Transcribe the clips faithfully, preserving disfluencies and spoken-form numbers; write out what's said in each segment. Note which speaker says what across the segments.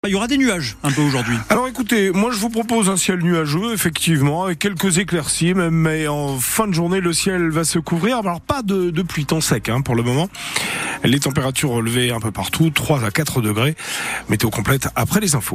Speaker 1: Il y aura des nuages un peu aujourd'hui.
Speaker 2: Alors écoutez, moi je vous propose un ciel nuageux, effectivement, avec quelques éclaircies, même, mais en fin de journée, le ciel va se couvrir. Alors pas de, de pluie, temps sec hein, pour le moment. Les températures relevées un peu partout, trois à quatre degrés. Météo complète après les infos.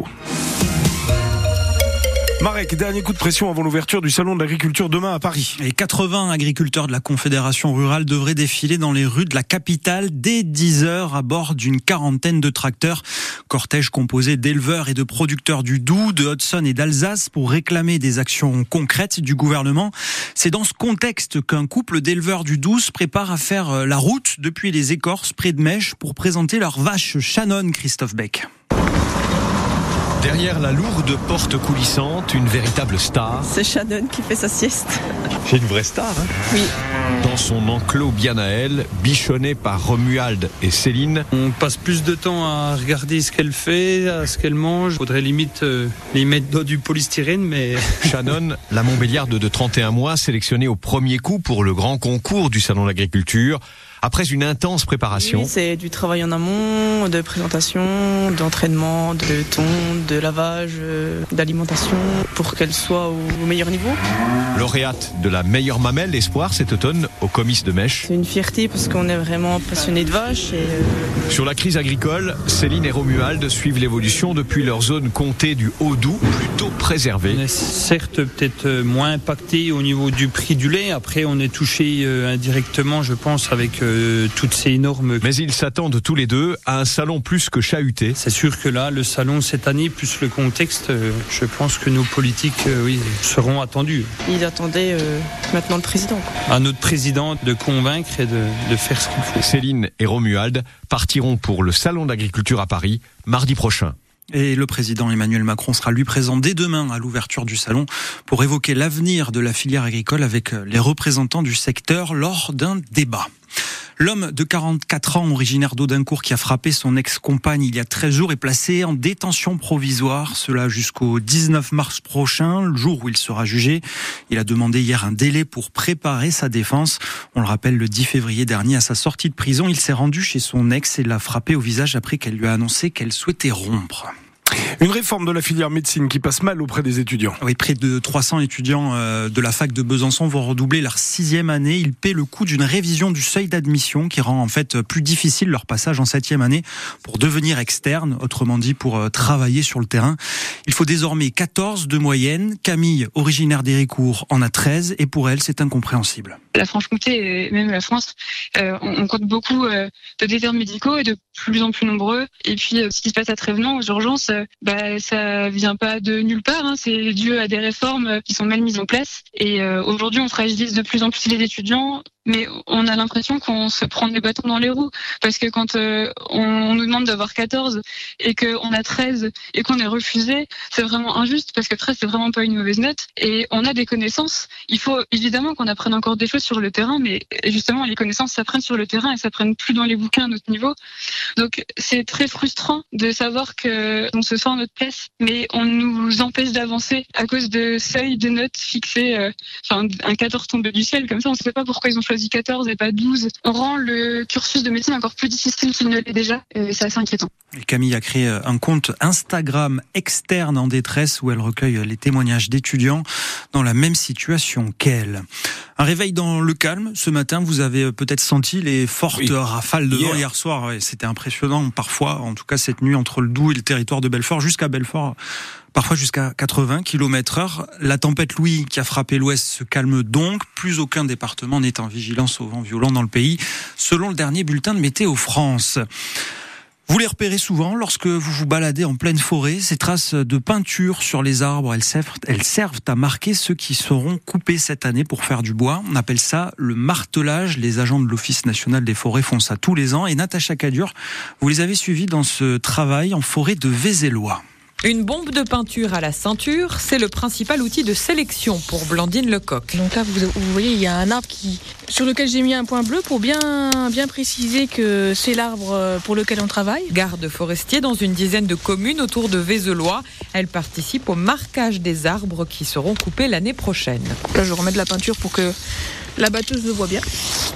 Speaker 2: Marek, dernier coup de pression avant l'ouverture du salon de l'agriculture demain à Paris.
Speaker 1: Et quatre-vingts agriculteurs de la Confédération rurale devraient défiler dans les rues de la capitale dès dix heures à bord d'une quarantaine de tracteurs. Cortège composé d'éleveurs et de producteurs du Doubs, de Hudson et d'Alsace pour réclamer des actions concrètes du gouvernement. C'est dans ce contexte qu'un couple d'éleveurs du Doubs se prépare à faire la route depuis les écorces près de Mèche pour présenter leur vache Shannon, Christophe Beck.
Speaker 3: Derrière la lourde porte coulissante, une véritable star.
Speaker 4: C'est Shannon qui fait sa sieste.
Speaker 3: C'est une vraie star, hein ?
Speaker 4: Oui.
Speaker 3: Dans son enclos bien à elle, bichonné par Romuald et Céline.
Speaker 5: On passe plus de temps à regarder ce qu'elle fait, à ce qu'elle mange. Il faudrait limite euh, lui mettre dans du polystyrène, mais...
Speaker 3: Shannon, la Montbéliarde de trente et un mois, sélectionnée au premier coup pour le grand concours du Salon de l'Agriculture. Après une intense préparation.
Speaker 4: Oui, c'est du travail en amont, de présentation, d'entraînement, de tonte, de lavage, d'alimentation, pour qu'elle soit au meilleur niveau.
Speaker 3: Lauréate de la meilleure mamelle espoir cet automne au comice de Mèche.
Speaker 4: C'est une fierté parce qu'on est vraiment passionné de vaches. Et euh...
Speaker 3: Sur la crise agricole, Céline et Romuald suivent l'évolution depuis leur zone comtée du Haut-Doubs, plutôt préservée.
Speaker 5: On est certes peut-être moins impacté au niveau du prix du lait. Après, on est touché euh, indirectement, je pense, avec euh, toutes ces normes.
Speaker 3: Mais ils s'attendent tous les deux à un salon plus que chahuté.
Speaker 5: C'est sûr que là, le salon cette année, plus le contexte, euh, je pense que nos politiques euh, oui, seront attendus.
Speaker 4: Il attendait euh, maintenant le président. Quoi.
Speaker 5: À notre président de convaincre et de, de faire ce qu'il faut.
Speaker 3: Céline et Romuald partiront pour le salon d'agriculture à Paris mardi prochain.
Speaker 1: Et le président Emmanuel Macron sera lui présent dès demain à l'ouverture du salon pour évoquer l'avenir de la filière agricole avec les représentants du secteur lors d'un débat. L'homme de quarante-quatre ans, originaire d'Audincourt, qui a frappé son ex-compagne il y a treize jours, est placé en détention provisoire. Cela jusqu'au dix-neuf mars prochain, le jour où il sera jugé. Il a demandé hier un délai pour préparer sa défense. On le rappelle, le dix février dernier, à sa sortie de prison, il s'est rendu chez son ex et l'a frappé au visage après qu'elle lui a annoncé qu'elle souhaitait rompre.
Speaker 2: Une réforme de la filière médecine qui passe mal auprès des étudiants.
Speaker 1: Oui, près de trois cents étudiants de la fac de Besançon vont redoubler leur sixième année. Ils paient le coût d'une révision du seuil d'admission qui rend en fait plus difficile leur passage en septième année pour devenir externe, autrement dit pour travailler sur le terrain. Il faut désormais quatorze de moyenne. Camille, originaire d'Héricourt, en a treize et pour elle, c'est incompréhensible.
Speaker 6: La Franche-Comté et même la France, euh, on compte beaucoup euh, de déserts médicaux et de plus en plus nombreux. Et puis, euh, ce qui se passe à Trévenans aux urgences, euh, bah, ça vient pas de nulle part. Hein. C'est dû à des réformes qui sont mal mises en place. Et euh, aujourd'hui, on fragilise de plus en plus les étudiants. Mais on a l'impression qu'on se prend des bâtons dans les roues. Parce que quand euh, on, on nous demande d'avoir quatorze et qu'on a treize et qu'on est refusé, c'est vraiment injuste parce que treize, c'est vraiment pas une mauvaise note. Et on a des connaissances. Il faut évidemment qu'on apprenne encore des choses sur le terrain, mais justement, les connaissances s'apprennent sur le terrain et s'apprennent plus dans les bouquins à notre niveau. Donc, c'est très frustrant de savoir qu'on se sent à notre place, mais on nous empêche d'avancer à cause de seuils de notes fixés, euh, enfin, un quatorze tombé du ciel, comme ça, on ne sait pas pourquoi ils ont choisi quatorze et pas douze. On rend le cursus de médecine encore plus difficile qu'il ne l'est déjà, et c'est assez inquiétant.
Speaker 1: Et Camille a créé un compte Instagram externe en détresse où elle recueille les témoignages d'étudiants dans la même situation qu'elle. Un réveil dans le calme. Ce matin, vous avez peut-être senti les fortes oui. rafales de vent hier, hier soir. Ouais, c'était impressionnant parfois, en tout cas cette nuit, entre le Doubs et le territoire de Belfort, jusqu'à Belfort, parfois jusqu'à quatre-vingts kilomètres heure. La tempête Louis qui a frappé l'ouest se calme donc. Plus aucun département n'est en vigilance au vent violent dans le pays, selon le dernier bulletin de Météo France. Vous les repérez souvent lorsque vous vous baladez en pleine forêt. Ces traces de peinture sur les arbres, elles servent, elles servent à marquer ceux qui seront coupés cette année pour faire du bois. On appelle ça le martelage. Les agents de l'Office national des forêts font ça tous les ans. Et Natacha Cadur, vous les avez suivis dans ce travail en forêt de Vézélois.
Speaker 7: Une bombe de peinture à la ceinture, c'est le principal outil de sélection pour Blandine Lecoq.
Speaker 8: Donc là, vous, vous voyez, il y a un arbre qui, sur lequel j'ai mis un point bleu pour bien, bien préciser que c'est l'arbre pour lequel on travaille.
Speaker 7: Garde forestier dans une dizaine de communes autour de Vézélois. Elle participe au marquage des arbres qui seront coupés l'année prochaine.
Speaker 8: Là, je remets de la peinture pour que la batteuse le voit bien.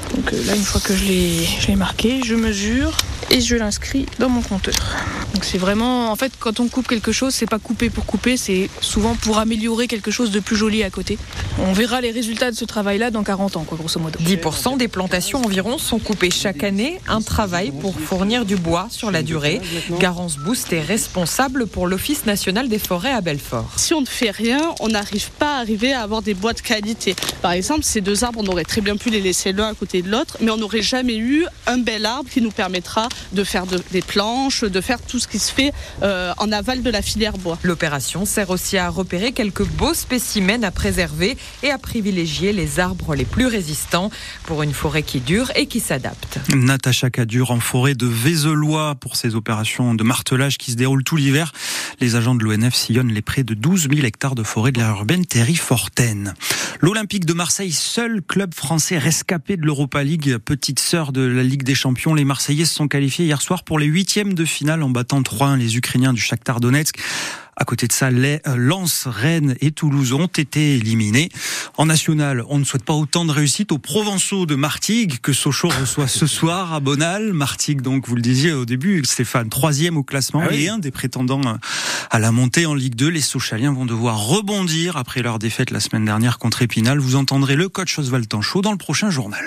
Speaker 8: Donc là, une fois que je l'ai, je l'ai marqué, je mesure et je l'inscris dans mon compteur. Donc c'est vraiment, en fait, quand on coupe quelque chose, c'est pas couper pour couper, c'est souvent pour améliorer quelque chose de plus joli à côté. On verra les résultats de ce travail-là dans quarante ans, quoi, grosso modo.
Speaker 7: dix pour cent des plantations environ sont coupées chaque année, un travail pour fournir du bois sur la durée. Garance Boost est responsable pour l'Office national des forêts à Belfort.
Speaker 9: Si on ne fait rien, on n'arrive pas à arriver à avoir des bois de qualité. Par exemple, ces deux arbres, on aurait très bien pu les laisser l'un à côté de l'autre, mais on n'aurait jamais eu un bel arbre qui nous permettra de faire de, des planches, de faire tout ce qui se fait euh, en aval de la filière bois.
Speaker 7: L'opération sert aussi à repérer quelques beaux spécimens à préserver et à privilégier les arbres les plus résistants pour une forêt qui dure et qui s'adapte.
Speaker 1: Natacha Cadur en forêt de Vézelois pour ces opérations de martelage qui se déroulent tout l'hiver. Les agents de l'O N F sillonnent les près de douze mille hectares de forêt de l'aire urbaine Terry-Fortaine. L'Olympique de Marseille, seul club français rescapé de l'Europa League, petite sœur de la Ligue des Champions. Les Marseillais se sont qualifiés hier soir pour les huitièmes de finale en battant trois un les Ukrainiens du Shakhtar Donetsk. À côté de ça, les Lens, Rennes et Toulouse ont été éliminés. En national, on ne souhaite pas autant de réussite aux Provençaux de Martigues que Sochaux reçoit ce soir à Bonal. Martigues, donc, vous le disiez au début, Stéphane, troisième au classement ah oui. et un des prétendants à la montée en Ligue deux. Les Sochaliens vont devoir rebondir après leur défaite la semaine dernière contre Épinal. Vous entendrez le coach Oswald Tanchot dans le prochain journal.